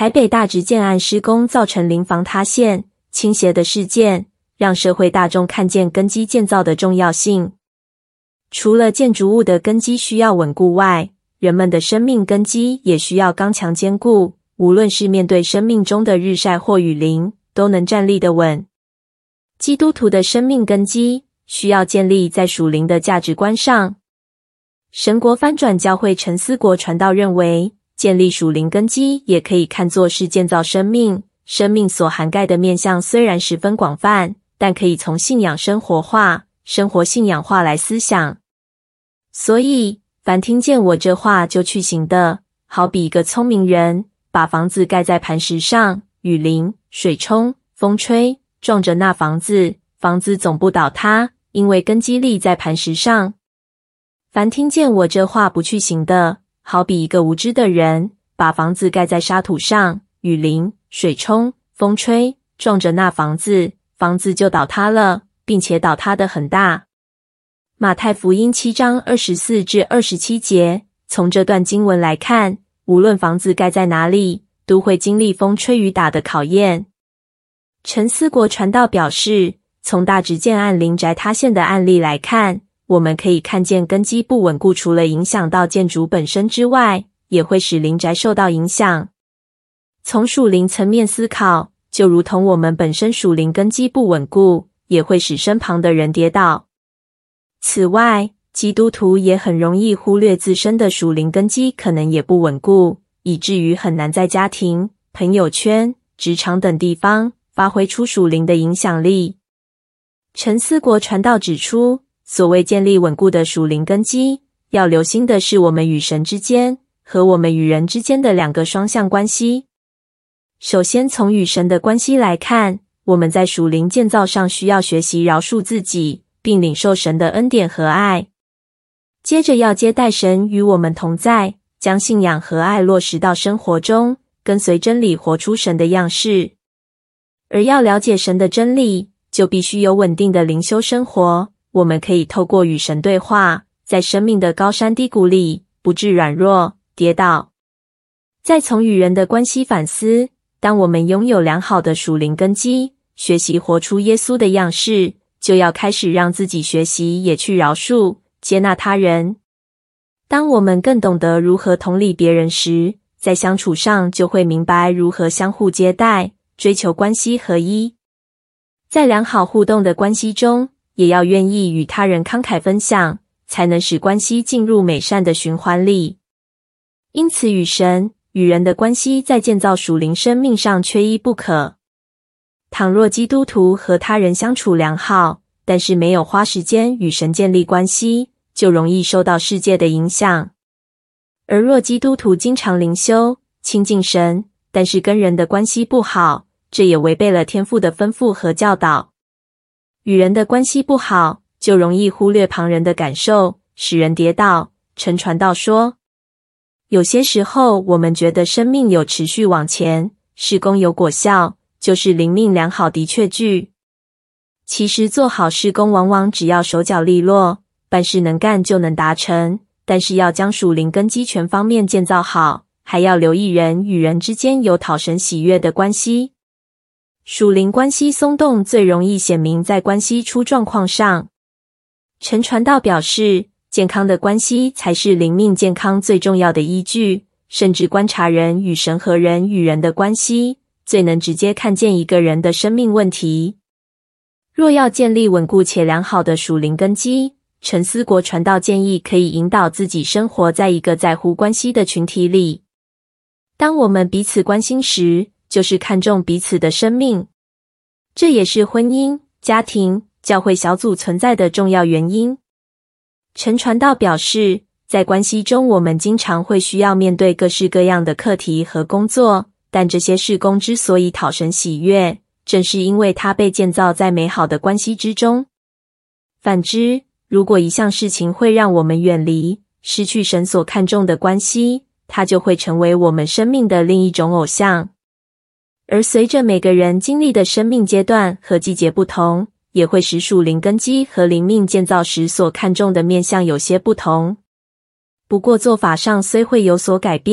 台北大直建案施工造成邻房塌陷、倾斜的事件，让社会大众看见根基建造的重要性。除了建筑物的根基需要稳固外，人们的生命根基也需要刚强坚固，无论是面对生命中的日晒或雨淋，都能站立得稳。基督徒的生命根基需要建立在属灵的价值观上。神国翻转教会陈思国传道认为，建立属灵根基也可以看作是建造生命。生命所涵盖的面向虽然十分广泛，但可以从信仰生活化、生活信仰化来思想。所以，凡听见我这话就去行的，好比一个聪明人，把房子盖在磐石上，雨淋、水冲、风吹，撞着那房子，房子总不倒塌，因为根基立在磐石上。凡听见我这话不去行的，好比一个无知的人，把房子盖在沙土上，雨淋、水冲、风吹，撞着那房子，房子就倒塌了，并且倒塌得很大。马太福音7章24至27节，从这段经文来看，无论房子盖在哪里，都会经历风吹雨打的考验。陈思国传道表示，从大直建案邻宅塌陷的案例来看，我们可以看见根基不稳固除了影响到建筑本身之外，也会使邻宅受到影响。从属灵层面思考，就如同我们本身属灵根基不稳固，也会使身旁的人跌倒。此外，基督徒也很容易忽略自身的属灵根基可能也不稳固，以至于很难在家庭、朋友圈、职场等地方发挥出属灵的影响力。陈思国传道指出，所谓建立稳固的属灵根基，要留心的是我们与神之间和我们与人之间的两个双向关系。首先从与神的关系来看，我们在属灵建造上需要学习饶恕自己，并领受神的恩典和爱。接着要接待神与我们同在，将信仰和爱落实到生活中，跟随真理活出神的样式。而要了解神的真理，就必须有稳定的灵修生活。我们可以透过与神对话，在生命的高山低谷里不致软弱跌倒。再从与人的关系反思，当我们拥有良好的属灵根基，学习活出耶稣的样式，就要开始让自己学习也去饶恕、接纳他人。当我们更懂得如何同理别人时，在相处上就会明白如何相互接待，追求关系合一。在良好互动的关系中，也要愿意与他人慷慨分享，才能使关系进入美善的循环里。因此，与神、与人的关系在建造属灵生命上缺一不可。倘若基督徒和他人相处良好，但是没有花时间与神建立关系，就容易受到世界的影响。而若基督徒经常灵修、亲近神，但是跟人的关系不好，这也违背了天父的吩咐和教导。与人的关系不好，就容易忽略旁人的感受，使人跌倒。陈传道说，有些时候我们觉得生命有持续往前，事工有果效，就是灵命良好的确据。其实做好事工往往只要手脚利落，办事能干就能达成，但是要将属灵根基全方面建造好，还要留意人与人之间有讨神喜悦的关系。属灵关系松动最容易显明在关系出状况上。陈传道表示，健康的关系才是灵命健康最重要的依据，甚至观察人与神和人与人的关系，最能直接看见一个人的生命问题。若要建立稳固且良好的属灵根基，陈思国传道建议可以引导自己生活在一个在乎关系的群体里。当我们彼此关心时，就是看重彼此的生命，这也是婚姻、家庭、教会小组存在的重要原因。陈传道表示，在关系中我们经常会需要面对各式各样的课题和工作，但这些事工之所以讨神喜悦，正是因为它被建造在美好的关系之中。反之，如果一项事情会让我们远离、失去神所看重的关系，它就会成为我们生命的另一种偶像。而随着每个人经历的生命阶段和季节不同，也会使属灵根基和灵命建造时所看重的面向有些不同。不过做法上虽会有所改变，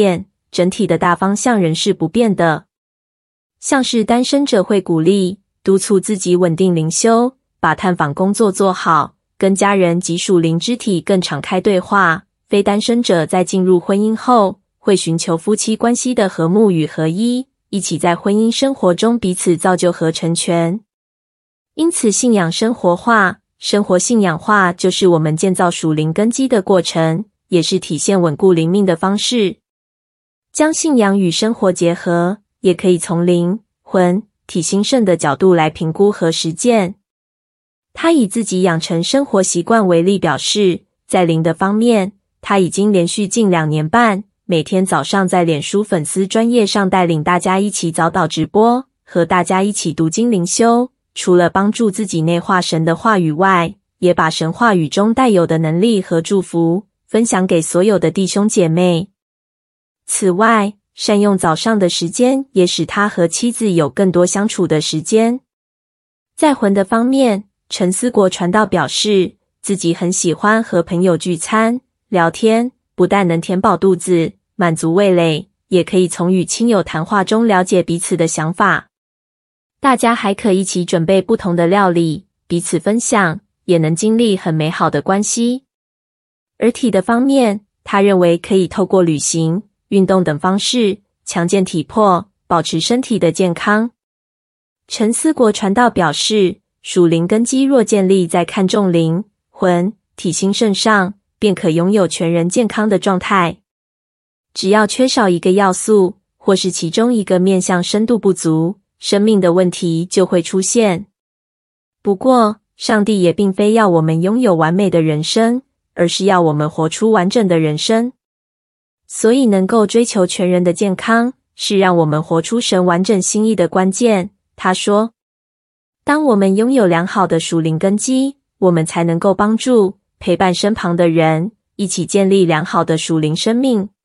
整体的大方向仍是不变的。像是单身者会鼓励、督促自己稳定灵修，把探访工作做好，跟家人及属灵肢体更敞开对话。非单身者在进入婚姻后，会寻求夫妻关系的和睦与合一，一起在婚姻生活中彼此造就和成全。因此，信仰生活化、生活信仰化就是我们建造属灵根基的过程，也是体现稳固灵命的方式。将信仰与生活结合，也可以从灵、魂、体兴盛的角度来评估和实践。他以自己养成生活习惯为例，表示在灵的方面，他已经连续近2年半，每天早上在脸书粉丝专页上带领大家一起早祷直播，和大家一起读经灵修。除了帮助自己内化神的话语外，也把神话语中带有的能力和祝福分享给所有的弟兄姐妹。此外，善用早上的时间，也使他和妻子有更多相处的时间。在魂的方面，陈思国传道表示，自己很喜欢和朋友聚餐、聊天，不但能填饱肚子、满足味蕾，也可以从与亲友谈话中了解彼此的想法。大家还可一起准备不同的料理，彼此分享，也能经历很美好的关系。而体的方面，他认为可以透过旅行、运动等方式强健体魄，保持身体的健康。陈思国传道表示，属灵根基若建立在看重灵、魂、体兴盛上，便可拥有全人健康的状态。只要缺少一个要素，或是其中一个面向深度不足，生命的问题就会出现。不过，上帝也并非要我们拥有完美的人生，而是要我们活出完整的人生。所以能够追求全人的健康，是让我们活出神完整心意的关键。他说，当我们拥有良好的属灵根基，我们才能够帮助、陪伴身旁的人，一起建立良好的属灵生命。